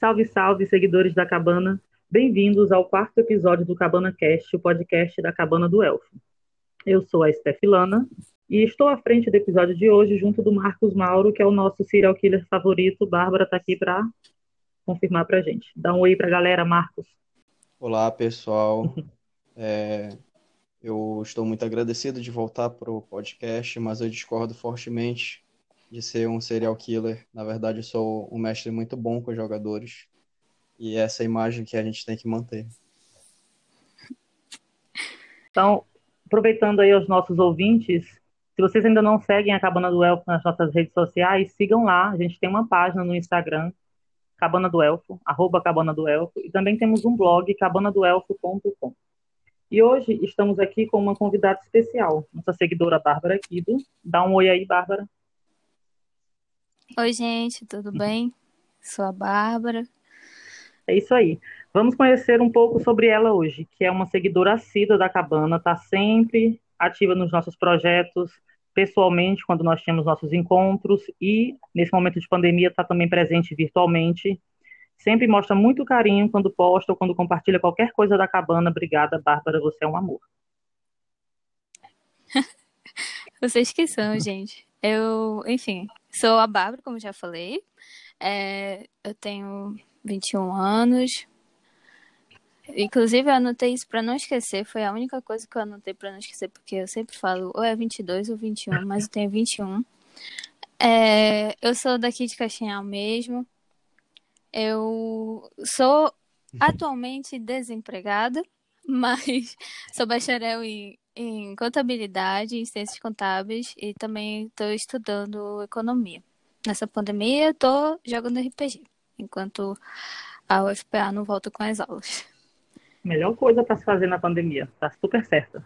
salve, salve, seguidores da Cabana. Bem-vindos ao quarto episódio do Cabana Cast, o podcast da Cabana do Elfo. Eu sou a Stefilana e estou à frente do episódio de hoje junto do Marcos Mauro, que é o nosso serial killer favorito. Bárbara está aqui para confirmar para a gente. Dá um oi para a galera, Marcos. Olá, pessoal. Eu estou muito agradecido de voltar para o podcast, mas eu discordo fortemente de ser um serial killer. Na verdade, eu sou um mestre muito bom com os jogadores e essa é a imagem que a gente tem que manter. Então, aproveitando aí os nossos ouvintes, se vocês ainda não seguem a Cabana do Elfo nas nossas redes sociais, sigam lá. A gente tem uma página no Instagram, Cabana do Elfo, @Cabana do Elfo, e também temos um blog, cabanadoelfo.com. E hoje estamos aqui com uma convidada especial, nossa seguidora Bárbara Kido. Dá um oi aí, Bárbara. Oi, gente, tudo bem? Sou a Bárbara. É isso aí. Vamos conhecer um pouco sobre ela hoje, que é uma seguidora assídua da Cabana, está sempre ativa nos nossos projetos, pessoalmente, quando nós temos nossos encontros, e nesse momento de pandemia está também presente virtualmente. Sempre mostra muito carinho quando posta ou quando compartilha qualquer coisa da Cabana. Obrigada, Bárbara, você é um amor. Vocês que são, gente. Enfim, sou a Bárbara, como já falei. Eu tenho 21 anos. Inclusive, eu anotei isso pra não esquecer. Foi a única coisa que eu anotei pra não esquecer, porque eu sempre falo ou é 22 ou 21, mas eu tenho 21. Eu sou daqui de Castanhal mesmo. Eu sou atualmente desempregada, mas sou bacharel em contabilidade, em ciências contábeis e também estou estudando economia. Nessa pandemia, estou jogando RPG, enquanto a UFPA não volta com as aulas. Melhor coisa para se fazer na pandemia, tá super certa.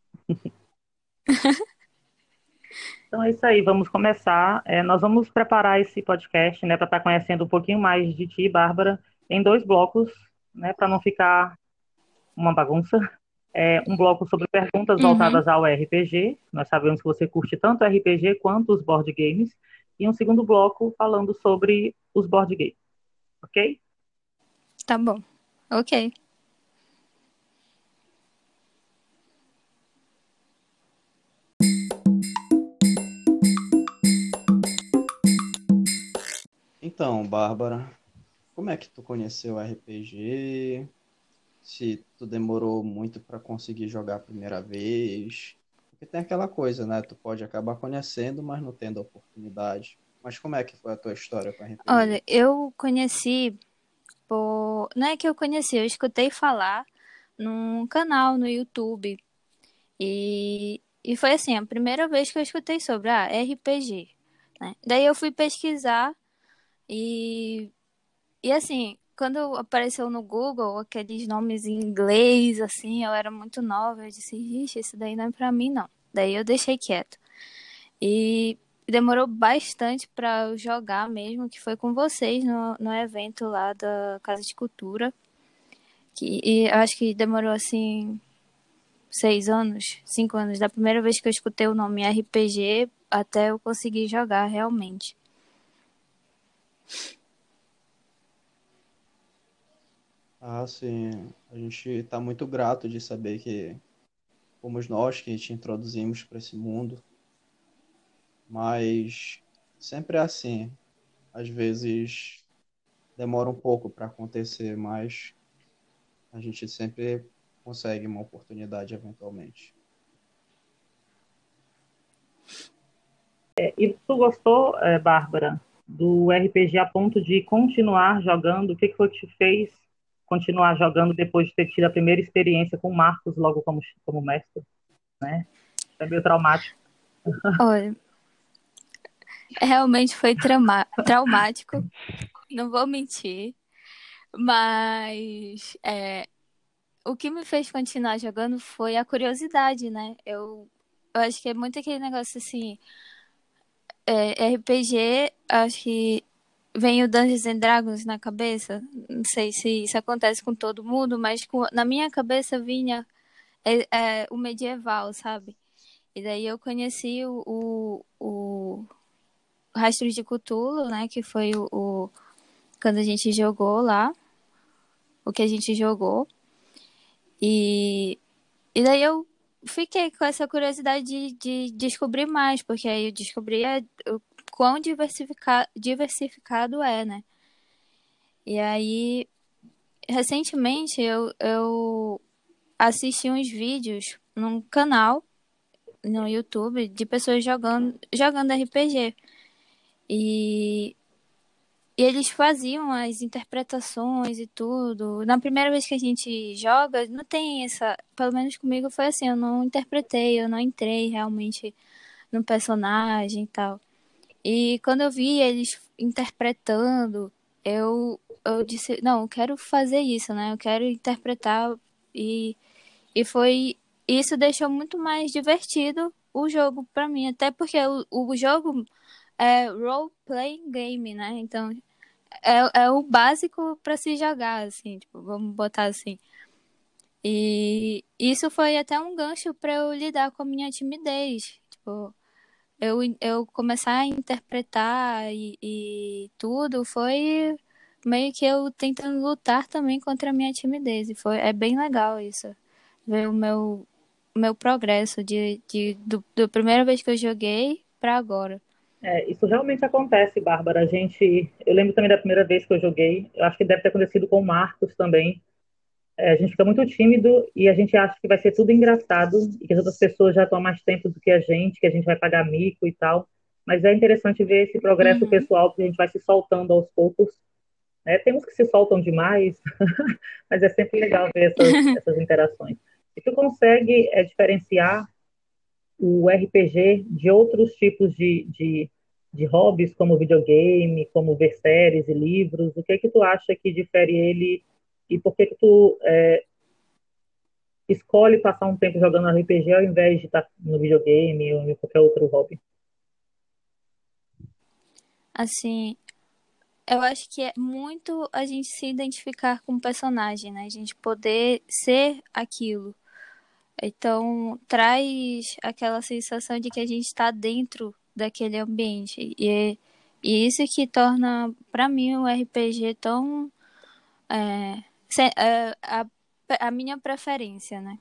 Então é isso aí, vamos começar. Nós vamos preparar esse podcast, né, para estar conhecendo um pouquinho mais de ti, Bárbara, em dois blocos, né, para não ficar uma bagunça. Um bloco sobre perguntas Uhum, voltadas ao RPG. Nós sabemos que você curte tanto RPG quanto os board games. E um segundo bloco falando sobre os board games, ok? tá bom. Ok. Então, Bárbara, como é que tu conheceu o RPG? Se tu demorou muito para conseguir jogar a primeira vez? Porque tem aquela coisa, né? Tu pode acabar conhecendo, mas não tendo a oportunidade. Mas como é que foi a tua história com RPG? Olha, eu conheci Não é que eu conheci, eu escutei falar num canal no YouTube. E foi assim, a primeira vez que eu escutei sobre RPG, né? Daí eu fui pesquisar e, e assim, quando apareceu no Google aqueles nomes em inglês, assim, eu era muito nova, eu disse, ixi, isso daí não é pra mim, não. Daí eu deixei quieto. E demorou bastante pra eu jogar mesmo, que foi com vocês no evento lá da Casa de Cultura. E eu acho que demorou assim 6 anos, 5 anos, da primeira vez que eu escutei o nome RPG até eu conseguir jogar realmente. Ah, sim. A gente está muito grato de saber que fomos nós que te introduzimos para esse mundo, mas sempre é assim. Às vezes demora um pouco para acontecer, mas a gente sempre consegue uma oportunidade eventualmente. E tu gostou, Bárbara, do RPG a ponto de continuar jogando? O que foi que te fez continuar jogando depois de ter tido a primeira experiência com o Marcos logo como mestre, né? É meio traumático. Olha, realmente foi traumático, não vou mentir, mas o que me fez continuar jogando foi a curiosidade, né? Eu acho que é muito aquele negócio assim, RPG, acho que vem o Dungeons and Dragons na cabeça. Não sei se isso acontece com todo mundo, mas na minha cabeça vinha o medieval, sabe? E daí eu conheci o Rastros de Cthulhu, né? Que foi quando a gente jogou lá, o que a gente jogou. E, e daí eu fiquei com essa curiosidade de descobrir mais, porque aí eu descobri o quão diversificado é, né? E aí, recentemente, eu assisti uns vídeos num canal no YouTube de pessoas jogando RPG. E, e eles faziam as interpretações e tudo. Na primeira vez que a gente joga, não tem essa. Pelo menos comigo foi assim, eu não interpretei, eu não entrei realmente no personagem e tal. E quando eu vi eles interpretando, eu disse, não, eu quero fazer isso, né? Eu quero interpretar e, e foi isso deixou muito mais divertido o jogo pra mim, até porque o jogo é role playing game, né? Então é o básico pra se jogar, assim, tipo, vamos botar assim. E isso foi até um gancho pra eu lidar com a minha timidez, tipo, eu começar a interpretar e tudo foi meio que eu tentando lutar também contra a minha timidez. E é bem legal isso. Ver o meu progresso do primeira vez que eu joguei pra agora. Isso realmente acontece, Bárbara. Eu lembro também da primeira vez que eu joguei, eu acho que deve ter acontecido com o Marcos também. A gente fica muito tímido e a gente acha que vai ser tudo engraçado e que as outras pessoas já estão há mais tempo do que a gente vai pagar mico e tal. Mas é interessante ver esse progresso Uhum. pessoal, que a gente vai se soltando aos poucos, né? Tem uns que se soltam demais, mas é sempre legal ver essas interações. E tu consegue diferenciar o RPG de outros tipos de hobbies, como videogame, como ver séries e livros? O que é que tu acha que difere ele e por que que tu escolhe passar um tempo jogando RPG ao invés de estar no videogame ou em qualquer outro hobby? Assim, eu acho que é muito a gente se identificar com o personagem, né? A gente poder ser aquilo. Então, traz aquela sensação de que a gente está dentro daquele ambiente. E isso que torna, para mim, o RPG tão. A minha preferência, né?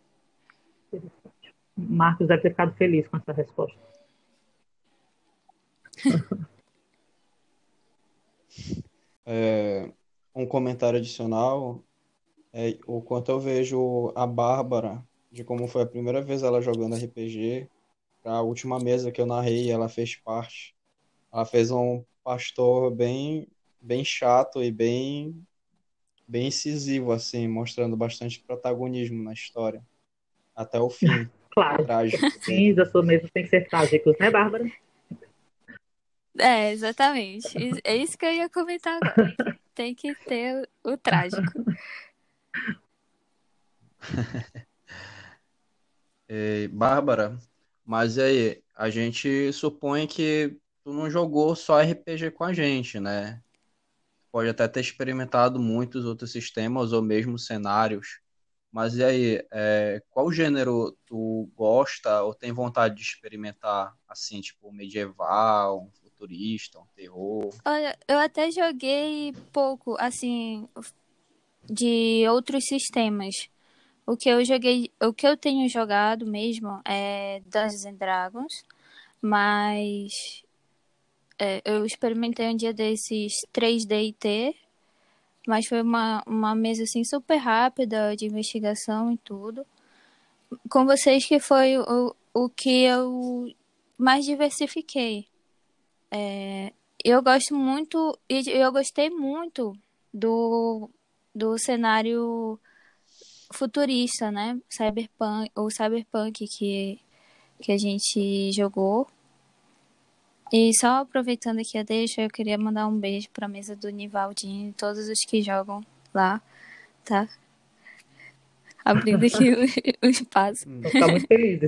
Marcos deve ter ficado feliz com essa resposta. Um comentário adicional é o quanto eu vejo a Bárbara, de como foi a primeira vez ela jogando RPG, a última mesa que eu narrei, ela fez parte. Ela fez um pastor bem chato e bem incisivo, assim, mostrando bastante protagonismo na história, até o fim Claro, trágico os dele. fins das suas mesas têm que ser trágicos, né, Bárbara? É, exatamente. É isso que eu ia comentar agora. Tem que ter o trágico. Bárbara, mas e aí, a gente supõe que tu não jogou só RPG com a gente, né? Pode até ter experimentado muitos outros sistemas ou mesmo cenários. Mas e aí, qual gênero tu gosta ou tem vontade de experimentar? Assim, tipo, medieval, um futurista, um terror? Olha, eu até joguei pouco, assim, de outros sistemas. O que eu tenho jogado mesmo é Dungeons and Dragons, mas eu experimentei um dia desses 3D&T, mas foi uma mesa assim super rápida de investigação e tudo. Com vocês que foi o que eu mais diversifiquei. Eu gosto muito, e eu gostei muito do, do cenário futurista, né? Cyberpunk que a gente jogou. E só aproveitando aqui a deixa, eu queria mandar um beijo pra mesa do Nivaldinho e todos os que jogam lá, tá? Abrindo aqui o espaço. Vou ficar muito felizes.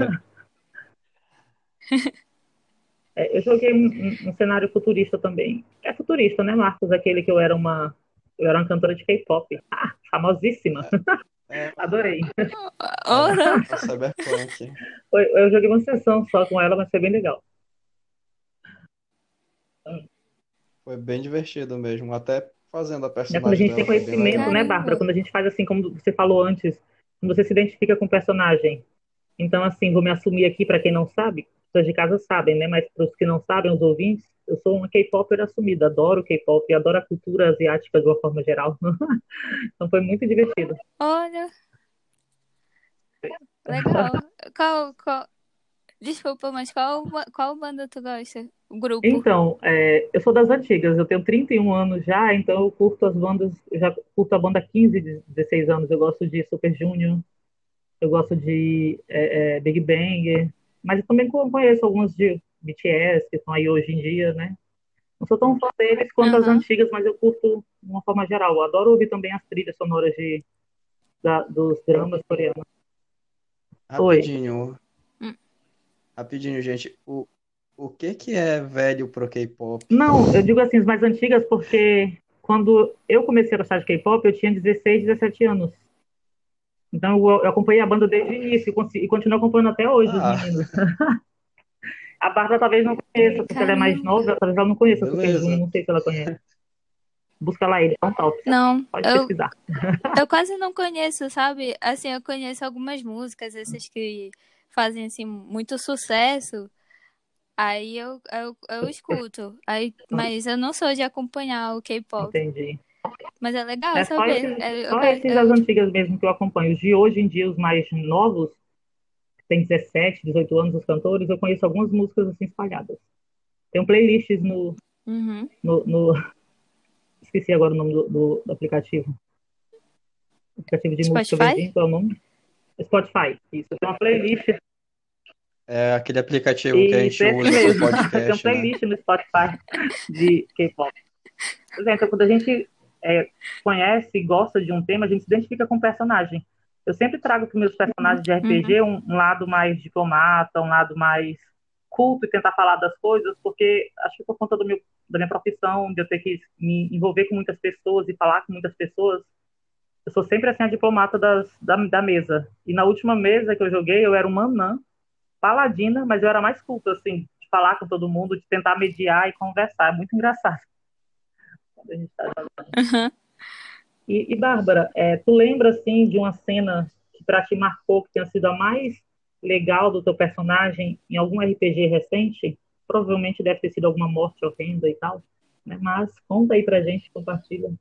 Eu joguei um cenário futurista também. É futurista, né, Marcos? Aquele que eu era uma cantora de K-pop. Ah, famosíssima. É, Adorei. Oh, não. é o Cyberpunk. Eu joguei uma sessão só com ela, mas foi bem legal. Foi bem divertido mesmo. Até fazendo a Né? Quando a personagem gente tem dela foi bem conhecimento, legal. né, Bárbara? Caramba. Quando a gente faz assim, como você falou antes, quando você se identifica com o personagem. Então, assim, vou me assumir aqui para quem não sabe, pessoas de casa sabem, né? Mas para os que não sabem, os ouvintes, eu sou uma K-popper assumida, adoro K-pop e adoro a cultura asiática de uma forma geral. Então foi muito divertido. Olha, legal. Qual... Desculpa, mas qual banda tu gosta? O grupo? Então, eu sou das antigas, eu tenho 31 anos já, então eu curto as bandas, eu já curto a banda há 15, 16 anos, eu gosto de Super Junior, eu gosto de Big Bang, mas eu também conheço algumas de BTS, que estão aí hoje em dia, né? Não sou tão fã deles quanto as Aham. antigas, mas eu curto de uma forma geral. Eu adoro ouvir também as trilhas sonoras dos dramas coreanos. Oi. Rapidinho, Hum. rapidinho, gente. O que que é velho pro K-pop? Não, eu digo assim, as mais antigas, porque quando eu comecei a gostar de K-pop, eu tinha 16, 17 anos. Então eu acompanhei a banda desde o início e continuo acompanhando até hoje os Ah, meninos. A Bárbara talvez não conheça, porque ela é mais Caramba. nova, talvez ela não conheça Super Junior, beleza. não sei se ela conhece. Busca lá ele, é um top. Não, Pode eu, pesquisar. eu quase não conheço, sabe? Assim, eu conheço algumas músicas, essas que fazem, assim, muito sucesso. Aí eu escuto. Aí, mas eu não sou de acompanhar o K-pop. Entendi. Mas é legal É saber. só esses das antigas mesmo que eu acompanho. Os de hoje em dia, os mais novos, que tem 17, 18 anos, os cantores, eu conheço algumas músicas assim espalhadas. Tem playlists Uhum. no esqueci agora o nome do aplicativo. Aplicativo de música Spotify? vizinho, qual é o nome? Spotify. Isso, tem uma playlist. É aquele aplicativo que a Isso, gente esse usa pro mesmo. Tem uma podcast, né? playlist no Spotify de K-pop. Pois é, então, quando a gente é, conhece e gosta de um tema, a gente se identifica com o personagem. Eu sempre trago para os meus personagens de Uhum. RPG um lado mais diplomata, um lado mais culto e tentar falar das coisas, porque acho que por conta da minha profissão, de eu ter que me envolver com muitas pessoas e falar com muitas pessoas, eu sou sempre assim a diplomata da mesa. E na última mesa que eu joguei, eu era uma anã, paladina, mas eu era mais culto, assim, de falar com todo mundo, de tentar mediar e conversar. É muito engraçado quando a gente está jogando. Uhum. Bárbara, tu lembra assim de uma cena que para ti marcou, que tenha sido a mais legal do teu personagem em algum RPG recente? Provavelmente deve ter sido alguma morte horrenda e tal, né? Mas conta aí pra gente, compartilha.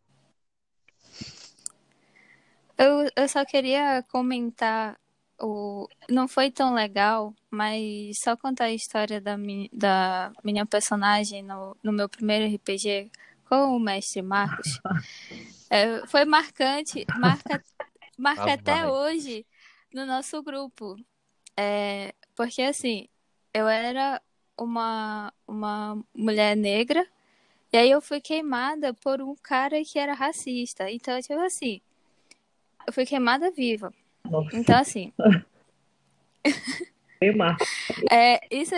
Eu só queria comentar não foi tão legal, mas só contar a história da minha personagem no meu primeiro RPG com o mestre Marcos. Foi marcante, Ah, marca até vai. hoje no nosso grupo. Porque assim, eu era uma mulher negra, e aí eu fui queimada por um cara que era racista. Então, tipo assim, eu fui queimada viva. Nossa, Então, assim, meio mar. isso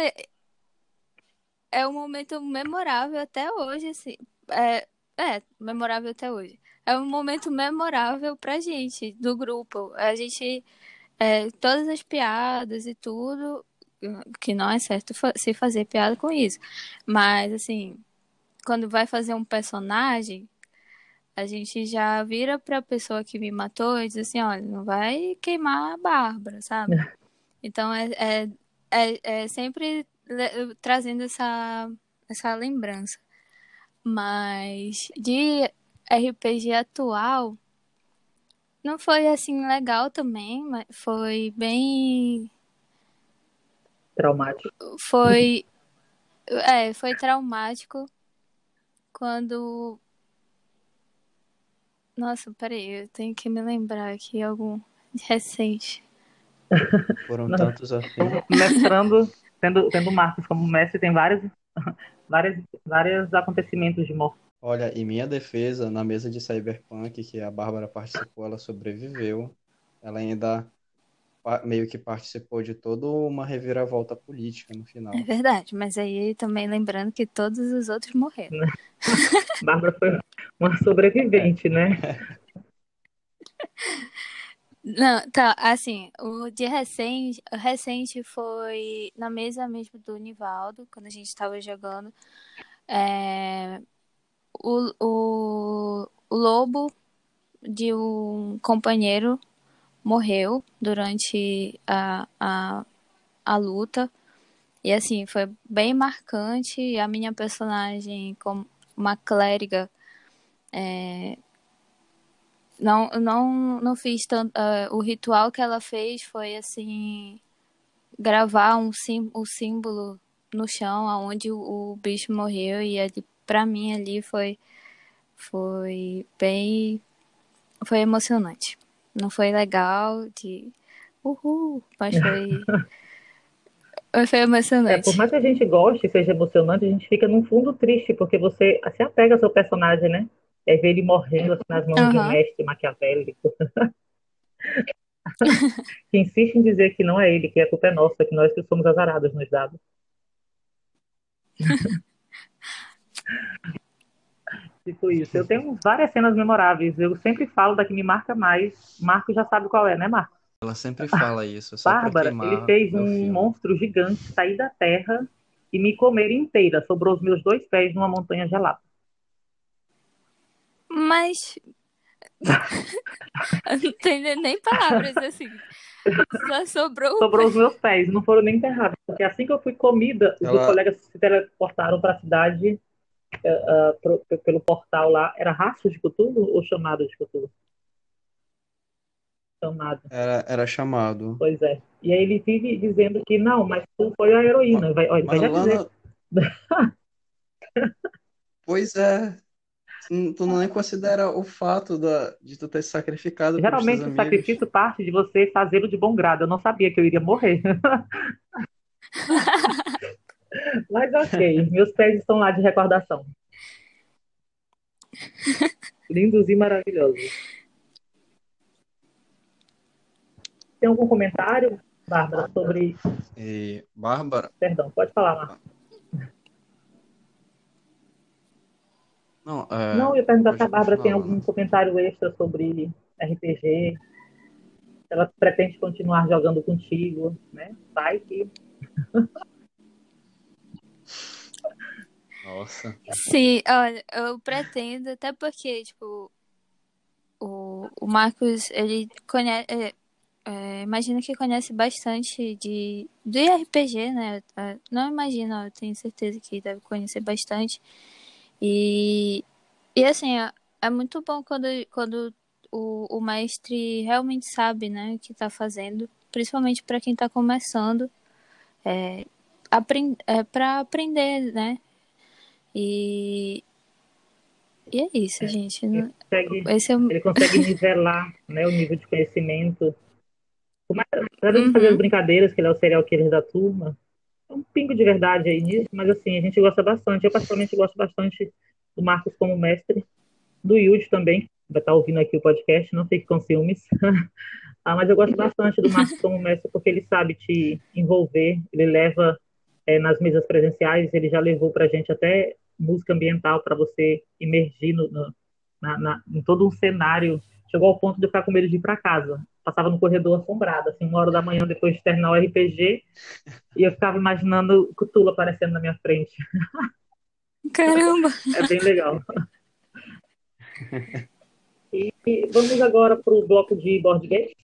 é um momento memorável até hoje, assim. Memorável até hoje. É um momento memorável pra gente, do grupo. A gente, todas as piadas e tudo, que não é certo se fazer piada com isso. Mas, assim, quando vai fazer um personagem, a gente já vira pra pessoa que me matou e diz assim, olha, não vai queimar a Bárbara, sabe? Então é sempre trazendo essa lembrança. Mas de RPG atual, não foi assim legal também, mas foi bem. Traumático. Foi. Foi traumático quando. Nossa, peraí, eu tenho que me lembrar aqui algum recente. Foram Não, tantos assim. mestrando, tendo Marcos como mestre, tem vários acontecimentos de morte. Olha, em minha defesa, na mesa de Cyberpunk que a Bárbara participou, ela sobreviveu. Ela ainda meio que participou de toda uma reviravolta política no É final. verdade, mas aí também lembrando que todos os outros morreram. Né? Bárbara foi uma sobrevivente, né? Não, tá, assim, o recente foi na mesa mesmo do Nivaldo, quando a gente tava jogando. É, o lobo de um companheiro morreu durante a luta. E assim, foi bem marcante. E a minha personagem, como uma clériga, não fiz tanto. O ritual que ela fez foi assim, gravar o símbolo no chão onde o bicho morreu. E ali, pra mim ali foi bem. Foi emocionante. Não foi legal de. Uhul, mas foi Por emocionante. mais que a gente goste, seja emocionante, a gente fica num fundo triste, porque você se apega ao seu personagem, né? É ver ele morrendo assim, nas mãos de um Aham. mestre maquiavélico, que insiste em dizer que não é ele, que a culpa é nossa, que nós que somos azarados nos dados. Tipo isso. Eu tenho várias cenas memoráveis. Eu sempre falo da que me marca mais. Marco já sabe qual é, né, Marco? Ela sempre fala isso, só pra Bárbara, ele queimar fez meu um filme. monstro gigante sair da terra e me comer inteira. Sobrou os meus 2 pés numa montanha gelada. Mas eu não tenho nem palavras assim. Só sobrou o Sobrou pé. os meus pés, não foram nem enterrados. Porque assim que eu fui comida, os meus Ela colegas se teleportaram para a cidade pelo portal lá. Era Rastro de Cthulhu ou Chamado de Cthulhu? Chamado. era chamado. Pois é. E aí ele vive dizendo que não, mas tu foi a Ma- heroína. Ó, ele vai Mas, já dizer. Luana, pois é, tu não nem considera o fato de tu ter se sacrificado pelos teus Geralmente o amigos. sacrifício parte de você fazê-lo de bom grado. Eu não sabia que eu iria morrer. Mas ok, meus pés estão lá de recordação. Lindos e maravilhosos. Tem algum comentário, Bárbara, sobre. E, Bárbara, Perdão, pode falar, Marcos. não, Não, eu ia perguntar se a pode Bárbara continuar, tem algum Luana. comentário extra sobre RPG, se ela pretende continuar jogando contigo, né? Vai que. Nossa, Sim, olha, eu pretendo, até porque, tipo, o Marcos, ele conhece. Imagino que conhece bastante do RPG, né? Não imagino, eu tenho certeza que deve conhecer bastante. E, e assim, é muito bom quando o mestre realmente sabe, né, o que tá fazendo, principalmente para quem tá começando, para aprender, né? E, e é isso, gente. Ele consegue, Esse é o. ele consegue nivelar, né, o nível de conhecimento. Por mais, apesar de fazer as Uhum. brincadeiras, que ele é o serial killer da turma, é um pingo de verdade aí nisso, mas assim, a gente gosta bastante. Eu, particularmente, gosto bastante do Marcos como mestre, do Yuji também, que vai estar ouvindo aqui o podcast, não fique com ciúmes. Mas eu gosto bastante do Marcos como mestre porque ele sabe te envolver, ele leva nas mesas presenciais, ele já levou para a gente até música ambiental para você imergir em todo um cenário. Chegou ao ponto de eu ficar com medo de ir para casa. Passava no corredor assombrado, assim, 1 hora da manhã depois de terminar o RPG, e eu ficava imaginando o Cthulhu aparecendo na minha frente. Caramba! É bem legal. E vamos agora para o bloco de board game.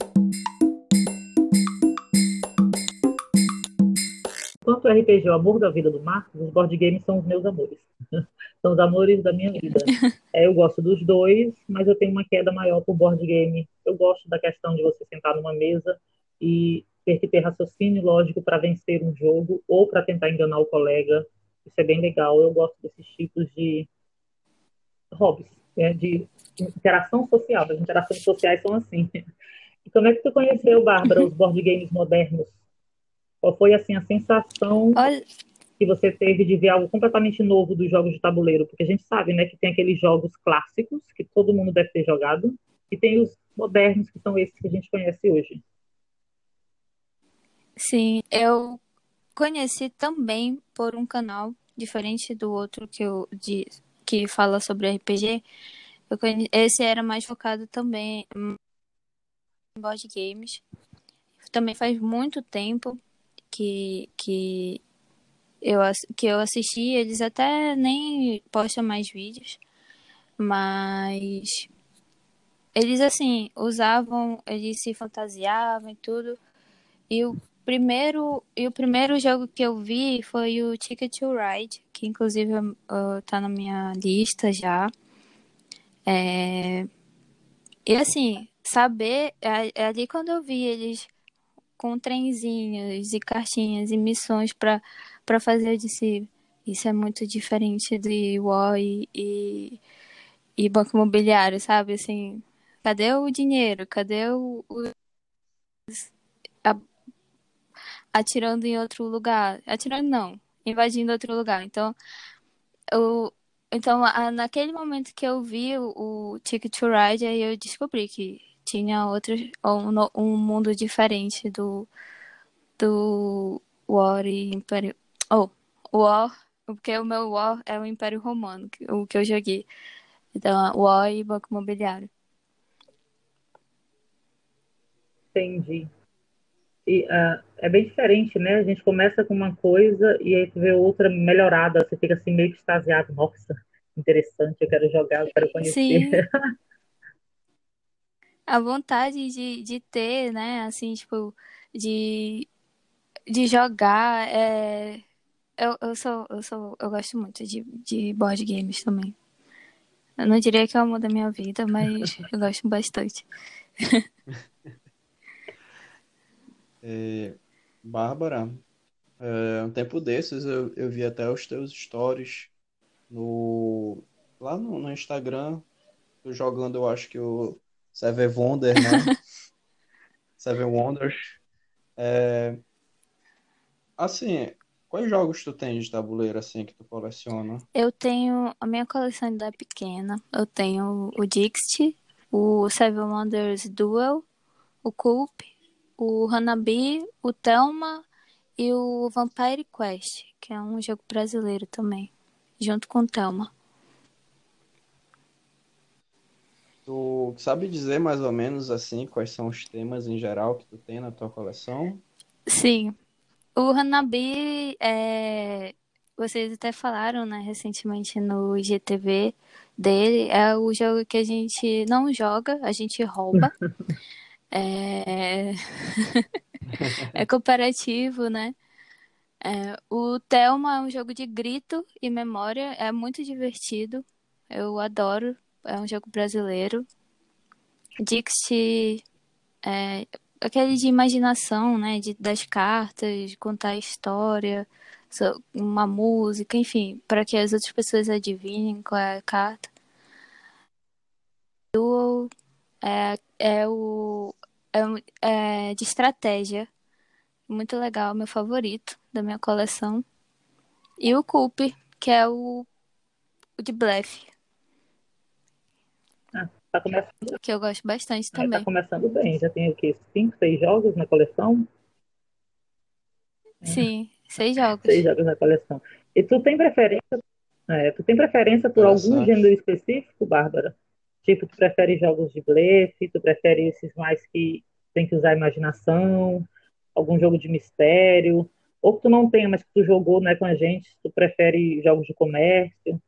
Enquanto o RPG é o amor da vida do Marcos, os board games são os meus amores. São os amores da minha vida. Eu gosto dos dois, mas eu tenho uma queda maior por board game. Eu gosto da questão de você sentar numa mesa e ter que ter raciocínio lógico para vencer um jogo ou para tentar enganar o colega. Isso é bem legal. Eu gosto desses tipos de hobbies, né, de interação social. As interações sociais são assim. E como é que tu conheceu, Bárbara, os board games modernos? Qual foi assim a sensação Olha, que você teve de ver algo completamente novo dos jogos de tabuleiro? Porque a gente sabe, né, que tem aqueles jogos clássicos que todo mundo deve ter jogado e tem os modernos que são esses que a gente conhece hoje. sim, eu conheci também por um canal diferente do outro que fala sobre RPG. Esse era mais focado também em board games. Também faz muito tempo que que eu assisti, eles até nem postam mais vídeos, mas eles, assim, eles se fantasiavam e tudo. E o primeiro jogo que eu vi foi o Ticket to Ride, que inclusive tá na minha lista já. E assim, saber, é ali quando eu vi eles com trenzinhos e cartinhas e missões pra fazer, eu disse, isso é muito diferente de War e Banco Imobiliário, sabe? Assim, cadê o dinheiro? Cadê a- atirando em outro lugar? Atirando não, invadindo outro lugar. Eu, naquele momento que eu vi o Ticket to Ride, aí eu descobri que tinha um mundo diferente do War e Império. Oh, War, porque o meu War é o Império Romano, o que eu joguei. Então, War e Banco Imobiliário. Entendi. E é bem diferente, né? A gente começa com uma coisa e aí tu vê outra melhorada. Você fica assim meio que extasiado. Nossa, interessante, eu quero jogar, eu quero conhecer. Sim, a vontade de ter, né, assim, tipo, de, de jogar, eu gosto muito de board games também. Eu não diria que é o amor da minha vida, mas eu gosto bastante. É, Bárbara, um tempo desses eu vi até os teus stories no, lá no Instagram, tu jogando, eu acho que o Seven Wonder, né? Seven Wonders. É, assim, quais jogos tu tens de tabuleiro assim que tu coleciona? Eu tenho a minha coleção ainda é pequena. Eu tenho o Dixit, o Seven Wonders Duel, o Coop, o Hanabi, o Thelma e o Vampire Quest, que é um jogo brasileiro também, junto com o Thelma. Tu sabe dizer mais ou menos assim quais são os temas em geral que tu tem na tua coleção? Sim, o Hanabi, vocês até falaram, né, recentemente no IGTV dele, é o jogo que a gente não joga, a gente rouba. É, é cooperativo, né? O Thelma é um jogo de grito e memória, é muito divertido. Eu adoro. É um jogo brasileiro. Dixit é aquele de imaginação, né? Das cartas, de contar a história, uma música, enfim, para que as outras pessoas adivinhem qual é a carta. É o de estratégia, muito legal, meu favorito da minha coleção. E o Coop, que é o de blefe, Tá começando, que eu gosto bastante tá também. começando bem. Já tem o quê? 5, 6 jogos na coleção? Sim, 6 Seis jogos. jogos na coleção. E tu tem preferência por algum gênero Interessante. específico, Bárbara? Tipo, tu prefere jogos de blefe, tu prefere esses mais que tem que usar a imaginação, algum jogo de mistério, ou que tu não tenha, mas que tu jogou, né, com a gente, tu prefere jogos de comércio?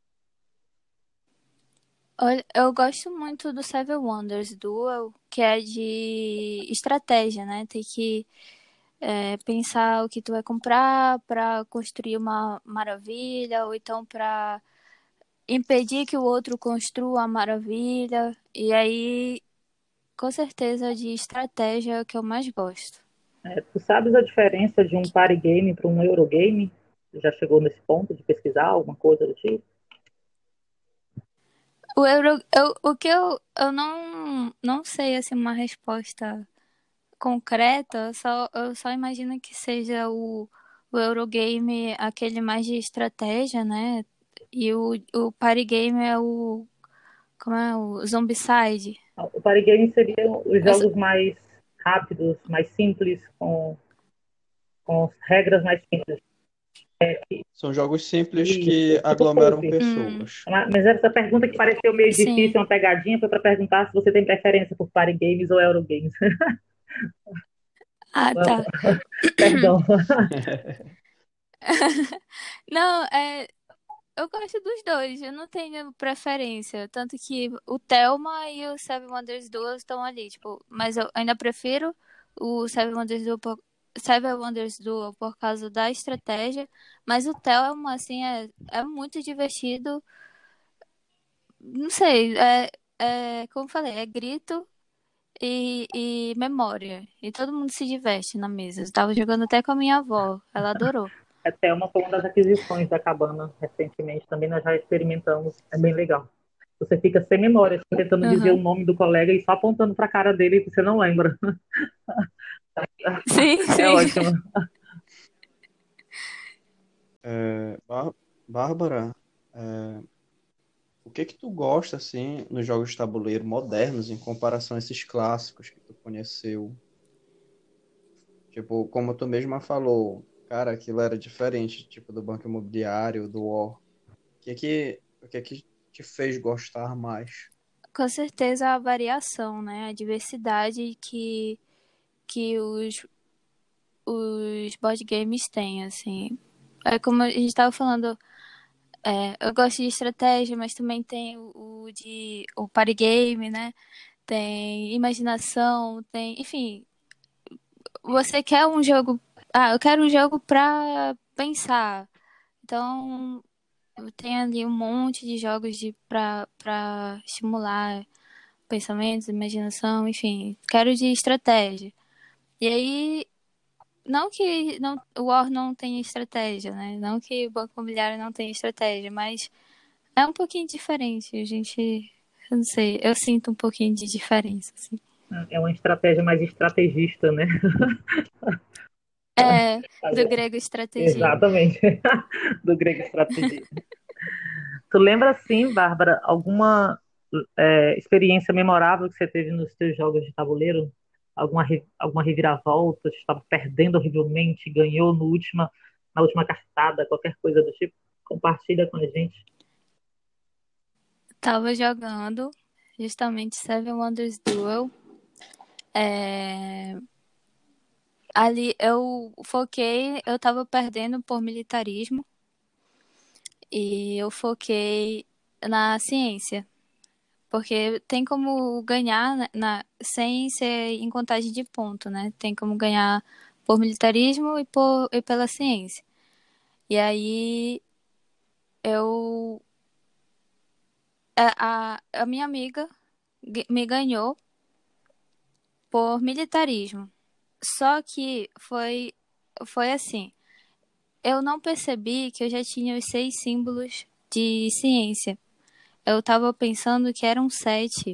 Olha, eu gosto muito do Seven Wonders Duel, que é de estratégia, né? Tem que pensar o que tu vai comprar para construir uma maravilha, ou então para impedir que o outro construa a maravilha. E aí, com certeza, de estratégia é o que eu mais gosto. Tu sabes a diferença de um party game para um Eurogame? Tu já chegou nesse ponto de pesquisar alguma coisa do tipo? O que eu não sei assim uma resposta concreta, eu só imagino que seja o Eurogame aquele mais de estratégia, né? E o Party Game é como é? O Zombicide. O party game seriam os Essa- jogos mais rápidos, mais simples, com regras mais simples. São jogos simples Isso, que tipo Coop. aglomeram Hum, pessoas. Mas essa pergunta que pareceu meio sim. difícil, uma pegadinha, foi para perguntar se você tem preferência por party games ou Eurogames. Ah, tá. Perdão. Não, eu gosto dos dois, eu não tenho preferência. Tanto que o Thelma e o Seven Wonders Duel estão ali, tipo, mas eu ainda prefiro o Seven Wonders Duel por causa da estratégia. Mas o Thelma, assim, é muito divertido. Não sei, como eu falei, é grito e memória. E todo mundo se diverte na mesa. Eu tava jogando até com a minha avó, ela adorou. Até uma foi uma das aquisições da Cabana recentemente, também nós já experimentamos, é bem legal. Você fica sem memória, assim, tentando dizer o Aham. nome do colega e só apontando para a cara dele e você não lembra. Sim, É sim. ótimo. É, Bárbara, é, o que que tu gosta, assim, nos jogos de tabuleiro modernos em comparação a esses clássicos que tu conheceu? Tipo, como tu mesma falou, cara, aquilo era diferente, tipo, do Banco Imobiliário, do War. O que que te fez gostar mais? Com certeza a variação, né? A diversidade que os board games têm, assim. É como a gente tava falando, eu gosto de estratégia, mas também tem o party game, né? Tem imaginação, tem, enfim, você quer um jogo, eu quero um jogo pra pensar. Então, tem ali um monte de jogos pra estimular pensamentos, imaginação, enfim, quero de estratégia. E aí, não que o War não tenha estratégia, né? Não que o Banco Imobiliário não tenha estratégia, mas é um pouquinho diferente. Eu não sei, eu sinto um pouquinho de diferença, assim. É uma estratégia mais estrategista, né? É, do grego estratégia. Exatamente. Do grego estratégia. Tu lembra, sim, Bárbara, alguma experiência memorável que você teve nos teus jogos de tabuleiro? Alguma reviravolta? Você estava perdendo horrivelmente, ganhou na última cartada, qualquer coisa do tipo? Compartilha com a gente. Tava jogando justamente Seven Wonders Duel. É, ali eu foquei, eu tava perdendo por militarismo e eu foquei na ciência. Porque tem como ganhar sem ser em contagem de ponto, né? Tem como ganhar por militarismo e pela ciência. E aí eu. A minha amiga me ganhou por militarismo. Só que foi assim. Eu não percebi que eu já tinha os 6 símbolos de ciência. Eu tava pensando que eram 7.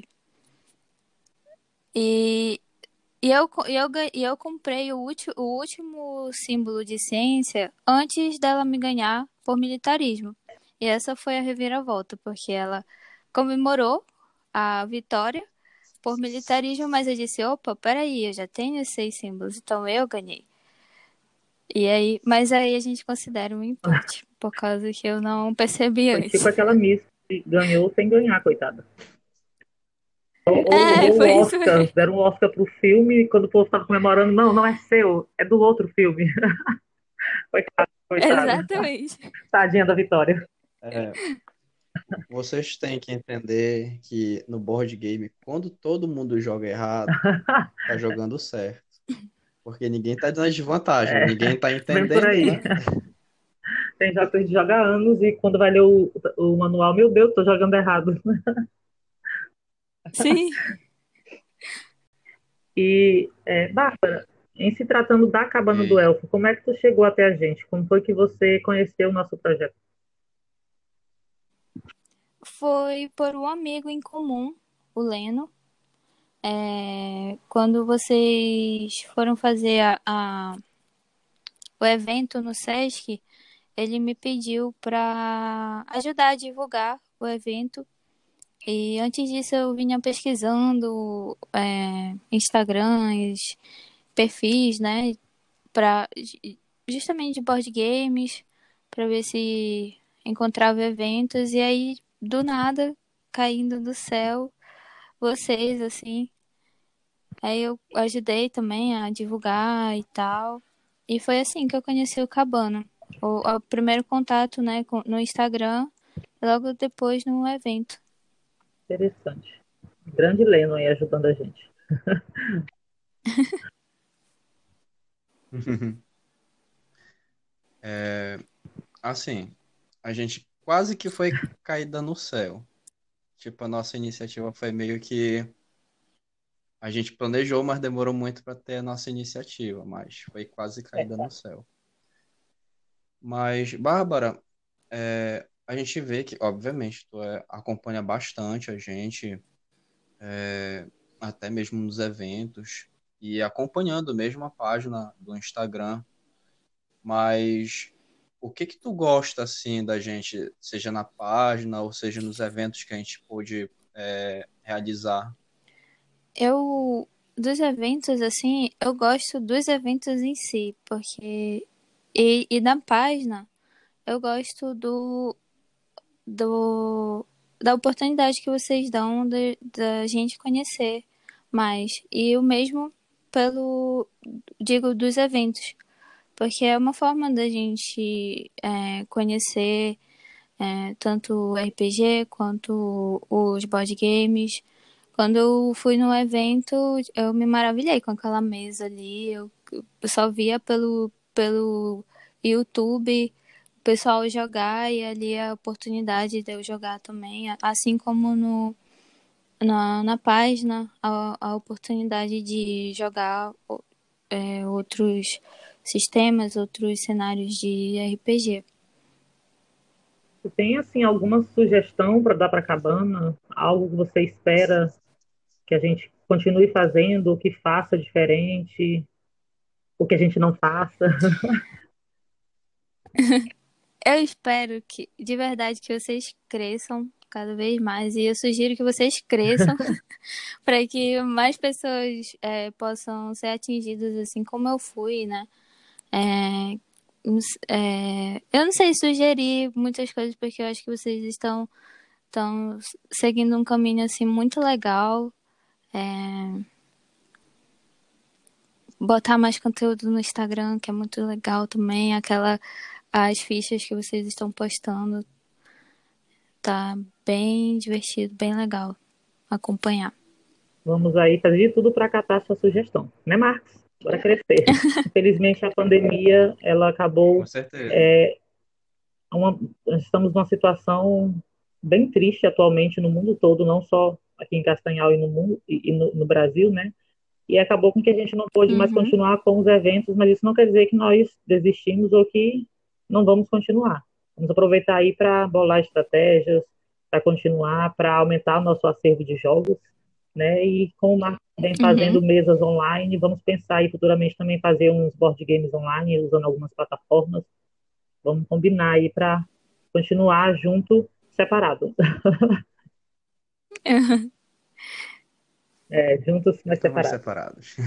E, e eu comprei o último símbolo de ciência antes dela me ganhar por militarismo. E essa foi a reviravolta, porque ela comemorou a vitória por militarismo, mas eu disse, opa, peraí, eu já tenho os 6 símbolos, então eu ganhei. E aí, mas aí a gente considera um empate, por causa que eu não percebi Foi antes. tipo aquela Miss que ganhou sem ganhar, coitada. Ou É, roubou foi o isso Oscar, mesmo. deram um Oscar pro filme e quando o povo estava comemorando, não, não é seu, é do outro filme. Coitada, coitada. Exatamente. Tadinha da Vitória. É, vocês têm que entender que no board game, quando todo mundo joga errado, tá jogando certo. Porque ninguém tá na desvantagem, É, ninguém tá bem por entendendo, aí. né? Tem jogos que a gente joga há anos e quando vai ler o manual, meu Deus, tô jogando errado. Sim. E, Bárbara, em se tratando da Cabana do E, Elfo, como é que tu chegou até a gente? Como foi que você conheceu o nosso projeto? Foi por um amigo em comum, o Leno. Quando vocês foram fazer o evento no Sesc, ele me pediu para ajudar a divulgar o evento. E antes disso eu vinha pesquisando Instagrams, perfis, né, para justamente de board games, para ver se encontrava eventos e aí do nada caindo do céu vocês assim. Aí eu ajudei também a divulgar e tal. E foi assim que eu conheci o Cabana. O primeiro contato, né, no Instagram, logo depois no evento. Interessante. Grande Lennon aí ajudando a gente. Assim, a gente quase que foi caída no céu. Tipo, a nossa iniciativa foi meio que a gente planejou, mas demorou muito para ter a nossa iniciativa, mas foi quase É, caída no céu. Mas, Bárbara, a gente vê que, obviamente, acompanha bastante a gente, até mesmo nos eventos, e acompanhando mesmo a página do Instagram. Mas o que que tu gosta, assim, da gente, seja na página ou seja nos eventos que a gente pôde, realizar? Eu, dos eventos, assim, eu gosto dos eventos em si, porque. E da página, eu gosto do, da oportunidade que vocês dão da gente conhecer mais. E o mesmo pelo, digo, dos eventos, porque é uma forma da gente conhecer tanto o RPG quanto os board games. Quando eu fui no evento, eu me maravilhei com aquela mesa ali. Eu só via pelo YouTube o pessoal jogar e ali a oportunidade de eu jogar também. Assim como na página, a oportunidade de jogar outros sistemas, outros cenários de RPG. você tem, assim, alguma sugestão para dar para a cabana? Algo que você espera que a gente continue fazendo, ou que faça diferente, ou que a gente não faça? Eu espero que, de verdade, que vocês cresçam cada vez mais. E eu sugiro que vocês cresçam para que mais pessoas possam ser atingidas assim como eu fui, né? É, eu não sei sugerir muitas coisas porque eu acho que vocês estão seguindo um caminho assim muito legal. É, botar mais conteúdo no Instagram, que é muito legal também. As fichas que vocês estão postando, tá bem divertido, bem legal acompanhar. Vamos aí fazer de tudo para acatar a sua sugestão, né, Marcos? Bora crescer. Infelizmente, a pandemia, ela Com acabou certeza. é, estamos numa situação bem triste atualmente no mundo todo, não só aqui em Castanhal e no mundo e no Brasil, né? E acabou com que a gente não pôde mais Uhum, continuar com os eventos, mas isso não quer dizer que nós desistimos ou que não vamos continuar. Vamos aproveitar aí para bolar estratégias, para continuar, para aumentar o nosso acervo de jogos, né? E como o Marcos vem uhum. fazendo mesas online, vamos pensar aí futuramente também fazer uns board games online, usando algumas plataformas. Vamos combinar aí para continuar junto, separado. É, juntos, mas Então vamos separados. separados.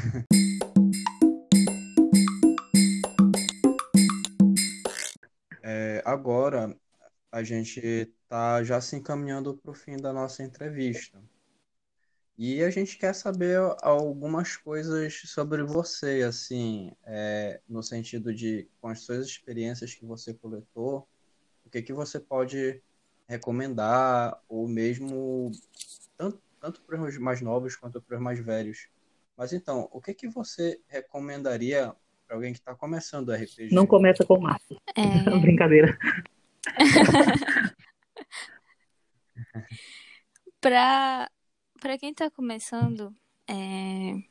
Agora a gente está já se encaminhando para o fim da nossa entrevista. E a gente quer saber algumas coisas sobre você, assim, no sentido de, com as suas experiências que você coletou, o que que você pode recomendar, ou mesmo tanto para os mais novos quanto para os mais velhos. Mas então, o que que você recomendaria para alguém que está começando Não RPG? começa com o Marcos. É, Brincadeira. pra, pra quem tá começando, é,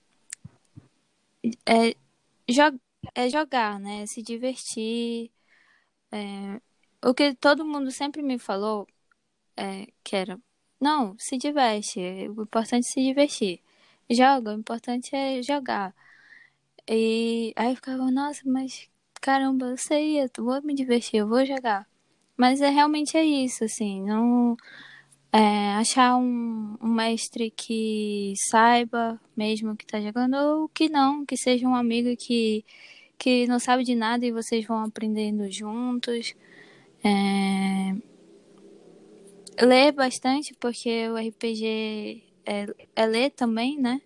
é, jo é jogar, né? Se divertir. O que todo mundo sempre me falou que era, não, se diverte, o importante é se divertir. Joga, o importante é jogar. E aí eu ficava, nossa, mas caramba, eu sei, eu vou me divertir, eu vou jogar. Mas realmente é isso, assim, não achar um mestre que saiba mesmo que tá jogando, ou que não, que seja um amigo que não sabe de nada e vocês vão aprendendo juntos. É, ler bastante, porque o RPG é ler também, né?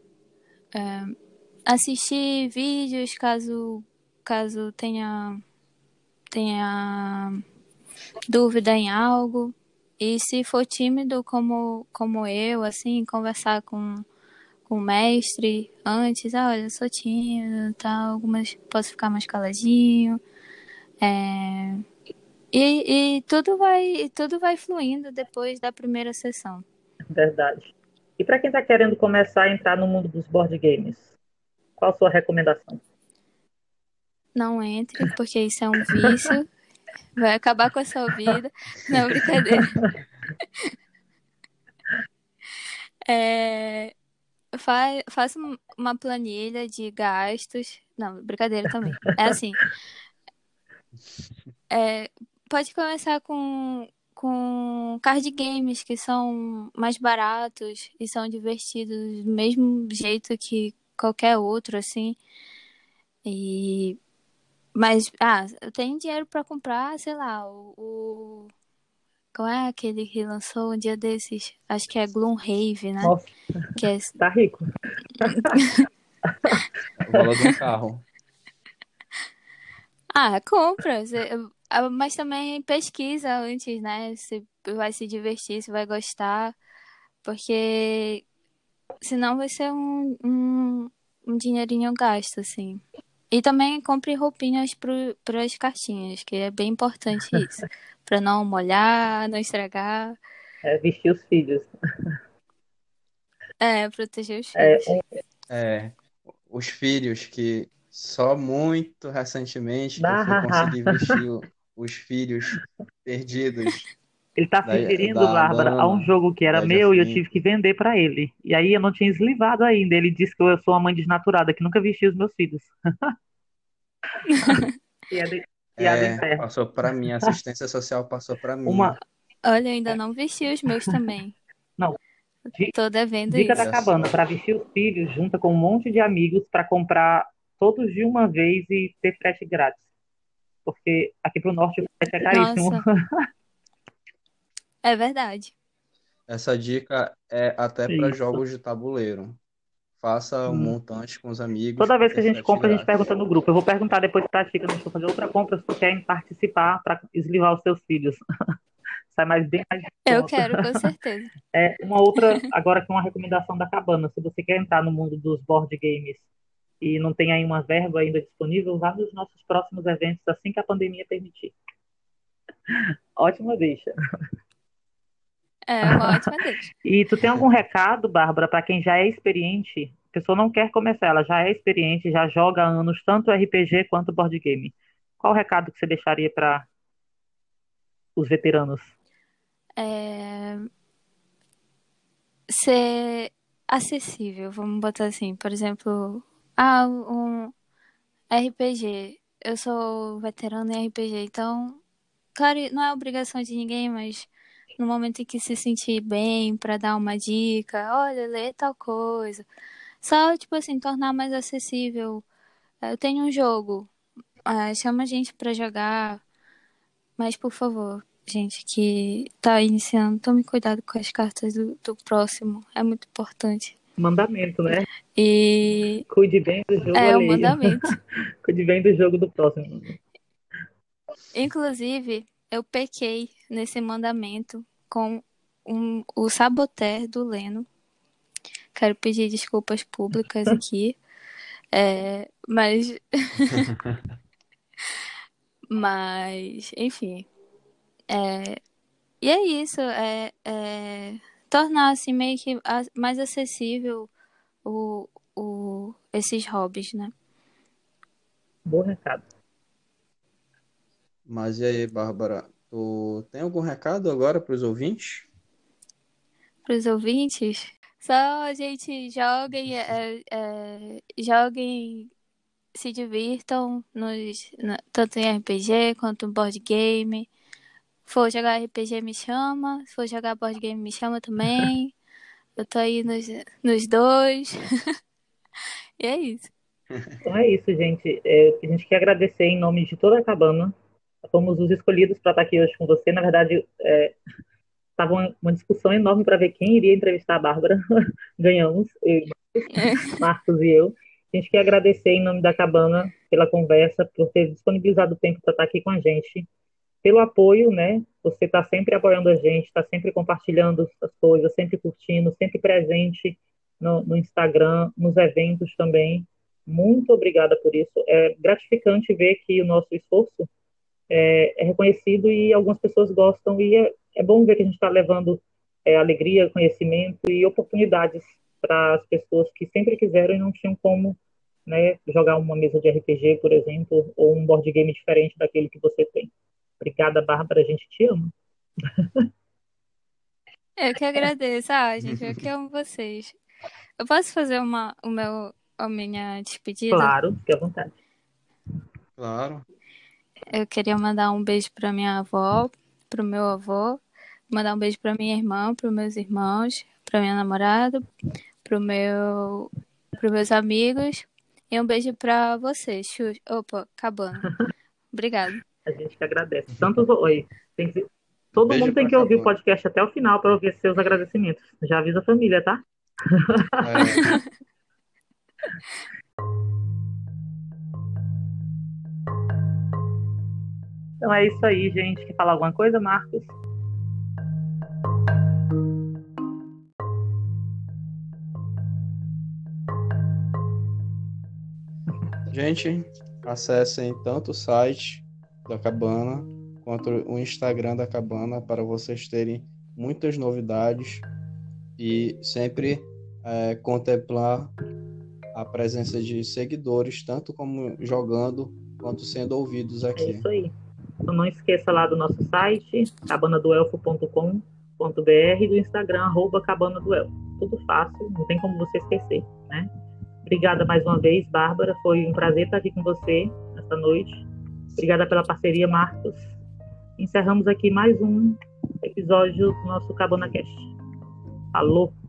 Assistir vídeos caso tenha. tenha dúvida em algo. E se for tímido como eu, assim, conversar com o mestre antes, olha, eu sou tímido e tal, mas posso ficar mais caladinho. É, e tudo vai fluindo depois da primeira sessão. Verdade. E para quem está querendo começar a entrar no mundo dos board games, qual a sua recomendação? Não entre, porque isso é um vício. Vai acabar com a sua vida. Não, brincadeira. Faça uma planilha de gastos. Não, brincadeira também. É assim, é, pode começar com card games que são mais baratos e são divertidos do mesmo jeito que qualquer outro, assim. Mas, eu tenho dinheiro pra comprar, sei lá, qual é aquele que lançou um dia desses? Acho que é Gloomhaven, né? Nossa, Que é, tá rico. O valor de um carro. compra. Mas também pesquisa antes, né? Se vai se divertir, se vai gostar. Porque senão vai ser um dinheirinho gasto, assim. E também compre roupinhas para as cartinhas, que é bem importante isso. Pra não molhar, não estragar. É, vestir os filhos. Proteger os É, filhos. É, os filhos que só muito recentemente que eu fui ah, conseguir vestir os filhos perdidos ele tá se da, referindo, da Bárbara, a um Dana, jogo que era da Age meu e eu of. tive que vender pra ele. E aí eu não tinha eslivado ainda. Ele disse que eu sou uma mãe desnaturada, que nunca vesti os meus filhos. Piada, piada interna. Passou para mim, a assistência social passou para Uma, mim. Olha, eu ainda não vesti os meus também. não, Tô devendo dica da isso. Olha cabana, só. para vestir os filhos, junta com um monte de amigos para comprar todos de uma vez e ter frete grátis. Porque aqui pro norte o frete é caríssimo. Nossa, é verdade. Essa dica é até para Isso. jogos de tabuleiro. Faça um Hum. montante com os amigos Toda para vez que ter a gente frete compra, a gente grátis. pergunta no grupo. Eu vou perguntar depois pra Tica, a gente for fazer outra compra, se tu quer participar para eslivar os seus filhos. Sai mais bem mais de Eu conta. quero, com certeza. Uma outra, agora que uma recomendação da cabana, se você quer entrar no mundo dos board games e não tem aí uma verba ainda disponível, vá nos nossos próximos eventos assim que a pandemia permitir. Ótima deixa. É uma ótima deixa. E tu tem algum recado, Bárbara, para quem já é experiente? A pessoa não quer começar, ela já é experiente, já joga há anos tanto RPG quanto board game. Qual o recado que você deixaria para os veteranos? É, ser acessível, vamos botar assim. Por exemplo, um RPG. Eu sou veterana em RPG, então, claro, não é obrigação de ninguém, mas no momento em que se sentir bem pra dar uma dica, olha, lê tal coisa. Só, tipo assim, tornar mais acessível. Eu tenho um jogo, chama a gente pra jogar, mas por favor, gente que tá iniciando, tome cuidado com as cartas do próximo, é muito importante. Mandamento, né? E Cuide bem do jogo é um alheio. mandamento. Cuide bem do jogo do próximo. Inclusive, eu pequei nesse mandamento com o Saboteur do Leno. Quero pedir desculpas públicas aqui. Mas, enfim. E é isso. Tornar assim meio que mais acessível esses hobbies, né? Bom recado. Mas e aí, Bárbara, tu tem algum recado agora para os ouvintes? Para os ouvintes, só, gente, joguem, se divirtam tanto em RPG quanto em board game. For jogar RPG, me chama. Se for jogar board game, me chama também. Eu tô aí nos dois. E é isso. Então é isso, gente. A gente quer agradecer em nome de toda a cabana. Fomos os escolhidos para estar aqui hoje com você. Na verdade, estava uma discussão enorme para ver quem iria entrevistar a Bárbara. Ganhamos, Marcos e eu. A gente quer agradecer em nome da Cabana pela conversa, por ter disponibilizado o tempo para estar aqui com a gente, pelo apoio, né? Você está sempre apoiando a gente, está sempre compartilhando as coisas, sempre curtindo, sempre presente no Instagram, nos eventos também. Muito obrigada por isso. É gratificante ver que o nosso esforço é reconhecido e algumas pessoas gostam, e é bom ver que a gente está levando alegria, conhecimento e oportunidades para as pessoas que sempre quiseram e não tinham como, né, jogar uma mesa de RPG, por exemplo, ou um board game diferente daquele que você tem. Obrigada, Bárbara, a gente te ama. Eu que agradeço. Ah, gente, eu que amo vocês. Eu posso fazer a minha despedida? Claro, fique à vontade. Claro. Eu queria mandar um beijo pra minha avó, pro meu avô, mandar um beijo pra minha irmã, pros meus irmãos, pra minha namorada, pros meus amigos e um beijo pra vocês. Opa, acabando. Obrigada. A gente que agradece. Oi, todo Beijo mundo tem pra que ouvir o Cabana. podcast até o final para ouvir seus agradecimentos. Já avisa a família, tá? É, Então é isso aí, gente. Quer falar alguma coisa, Marcos? gente, acessem tanto o site da Cabana quanto o Instagram da Cabana para vocês terem muitas novidades e sempre contemplar a presença de seguidores, tanto como jogando quanto sendo ouvidos É aqui. isso aí. Então não esqueça lá do nosso site, cabanadoelfo.com.br, e do Instagram, @cabanadoelfo. Tudo fácil, não tem como você esquecer, né? Obrigada mais uma vez, Bárbara. Foi um prazer estar aqui com você esta noite. Obrigada pela parceria, Marcos. Encerramos aqui mais um episódio do nosso Cabana Cast. Falou!